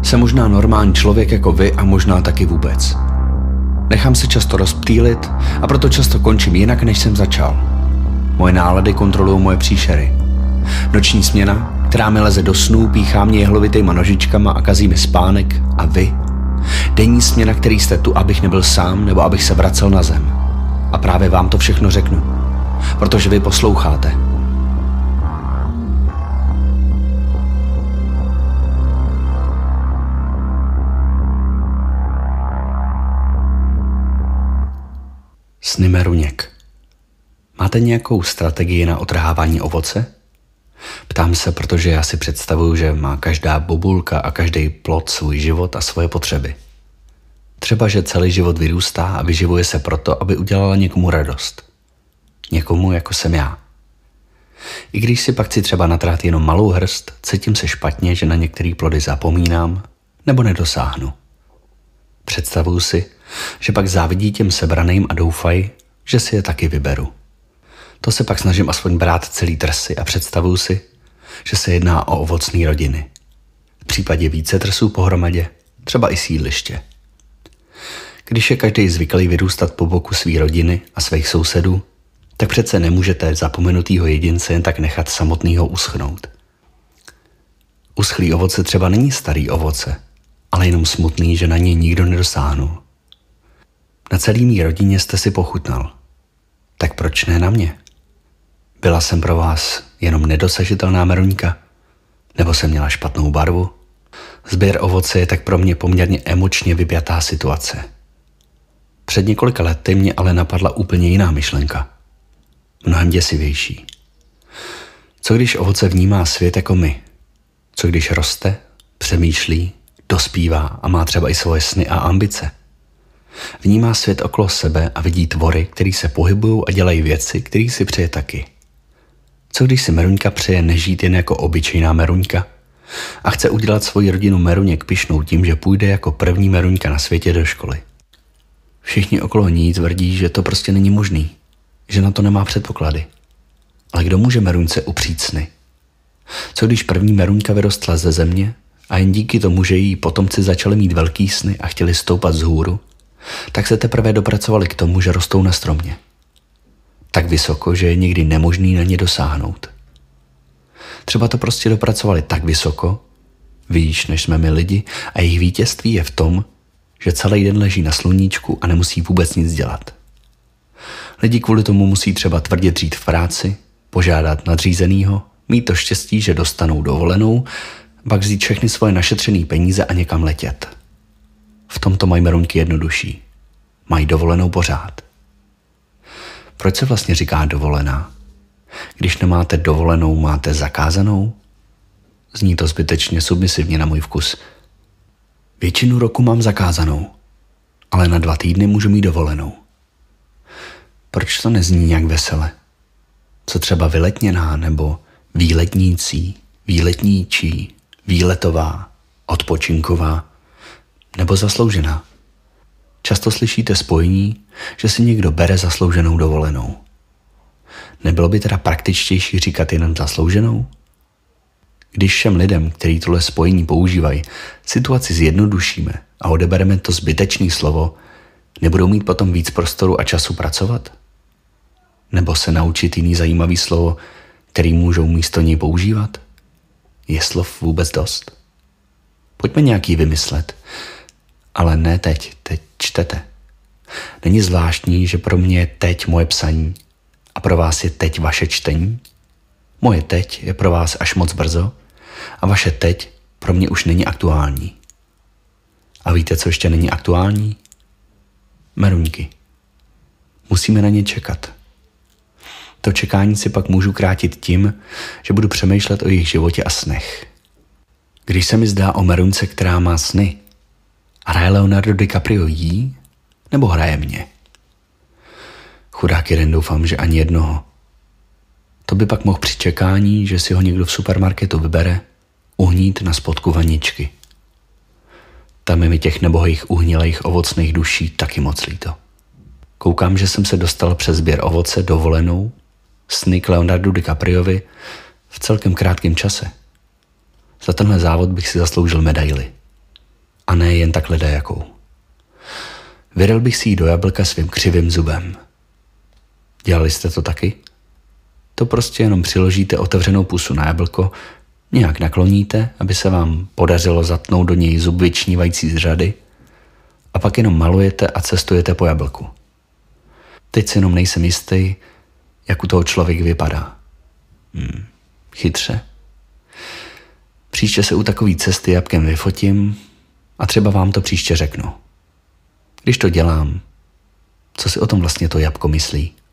Jsem možná normální člověk jako vy a možná taky vůbec. Nechám se často rozptýlit a proto často končím jinak, než jsem začal. Moje nálady kontrolují moje příšery. Noční směna, která mi leze do snů, píchá mě jehlovitýma nožičkama a kazí mi spánek. A vy? Denní směna, který jste tu, abych nebyl sám nebo abych se vracel na zem. A právě vám to všechno řeknu, protože vy posloucháte. Sny meruněk. Máte nějakou strategii na otrhávání ovoce? Ptám se, protože já si představuju, že má každá bobulka a každý plod svůj život a svoje potřeby. Třeba, že celý život vyrůstá a vyživuje se proto, aby udělala někomu radost. Někomu, jako jsem já. I když si pak chci třeba natrát jenom malou hrst, cítím se špatně, že na některé plody zapomínám nebo nedosáhnu. Představuju si, že pak závidí těm sebraným a doufají, že si je taky vyberu. To se pak snažím aspoň brát celý trsy a představuju si, že se jedná o ovocné rodiny. V případě více trsů pohromadě, třeba i sídliště. Když je každý zvyklý vyrůstat po boku své rodiny a svých sousedů, tak přece nemůžete zapomenutýho jedince jen tak nechat samotnýho uschnout. Uschlý ovoce třeba není starý ovoce, ale jenom smutný, že na něj nikdo nedosáhnul. Na celý mý rodině jste si pochutnal. Tak proč ne na mě? Byla jsem pro vás jenom nedosažitelná meruňka? Nebo jsem měla špatnou barvu? Sběr ovoce je tak pro mě poměrně emočně vypjatá situace. Před několika lety mě ale napadla úplně jiná myšlenka. Mnohem děsivější. Co když ovoce vnímá svět jako my? Co když roste, přemýšlí, dospívá a má třeba i svoje sny a ambice? Vnímá svět okolo sebe a vidí tvory, který se pohybují a dělají věci, který si přeje taky. Co když si meruňka přeje nežít jen jako obyčejná meruňka a chce udělat svoji rodinu meruněk pyšnou tím, že půjde jako první meruňka na světě do školy? Všichni okolo ní tvrdí, že to prostě není možný, že na to nemá předpoklady. Ale kdo může meruňce upřít sny? Co když první meruňka vyrostla ze země a jen díky tomu, že její potomci začali mít velký sny a chtěli stoupat vzhůru, tak se teprve dopracovali k tomu, že rostou na stromě. Tak vysoko, že je někdy nemožný na ně dosáhnout. Třeba to prostě dopracovali tak vysoko, výš než jsme my lidi, a jejich vítězství je v tom, že celý den leží na sluníčku a nemusí vůbec nic dělat. Lidi kvůli tomu musí třeba tvrdě dřít v práci, požádat nadřízenýho, mít to štěstí, že dostanou dovolenou, pak vzít všechny svoje našetřené peníze a někam letět. V tomto mají meruňky jednodušší. Mají dovolenou pořád. Proč se vlastně říká dovolená? Když nemáte dovolenou, máte zakázanou? Zní to zbytečně submisivně na můj vkus. Většinu roku mám zakázanou, ale na 2 týdny můžu mít dovolenou. Proč to nezní nějak vesele? Co třeba vyletněná nebo výletnící, výletníčí, výletová, odpočinková nebo zasloužená? Často slyšíte spojení, že si někdo bere zaslouženou dovolenou. Nebylo by teda praktičtější říkat jenom zaslouženou? Když všem lidem, kteří tohle spojení používají, situaci zjednodušíme a odebereme to zbytečné slovo, nebudou mít potom víc prostoru a času pracovat? Nebo se naučit jiný zajímavý slovo, který můžou místo něj používat? Je slov vůbec dost? Pojďme nějaký vymyslet. Ale ne teď čtete. Není zvláštní, že pro mě je teď moje psaní a pro vás je teď vaše čtení? Moje teď je pro vás až moc brzo a vaše teď pro mě už není aktuální. A víte, co ještě není aktuální? Meruňky. Musíme na ně čekat. To čekání si pak můžu krátit tím, že budu přemýšlet o jejich životě a snech. Když se mi zdá o meruňce, která má sny, hraje Leonardo DiCaprio jí, nebo hraje mě? Chudák jeden, doufám, že ani jednoho. To by pak mohl při čekání, že si ho někdo v supermarketu vybere, uhnít na spodku vaničky. Tam je mi těch nebohých uhnilých ovocných duší taky moc líto. Koukám, že jsem se dostal přes sběr ovoce dovolenou, sny k Leonardu DiCapriovi v celkem krátkém čase. Za tenhle závod bych si zasloužil medaili. A ne jen tak ledajakou. Vyril bych si ji do jablka svým křivým zubem. Dělali jste to taky? To prostě jenom přiložíte otevřenou pusu na jablko, nějak nakloníte, aby se vám podařilo zatnout do něj zub vyčnívající z řady a pak jenom malujete a cestujete po jablku. Teď si jenom nejsem jistý, jak u toho člověk vypadá. Chytře. Příště se u takové cesty jabkem vyfotím a třeba vám to příště řeknu. Když to dělám, co si o tom vlastně to jabko myslí?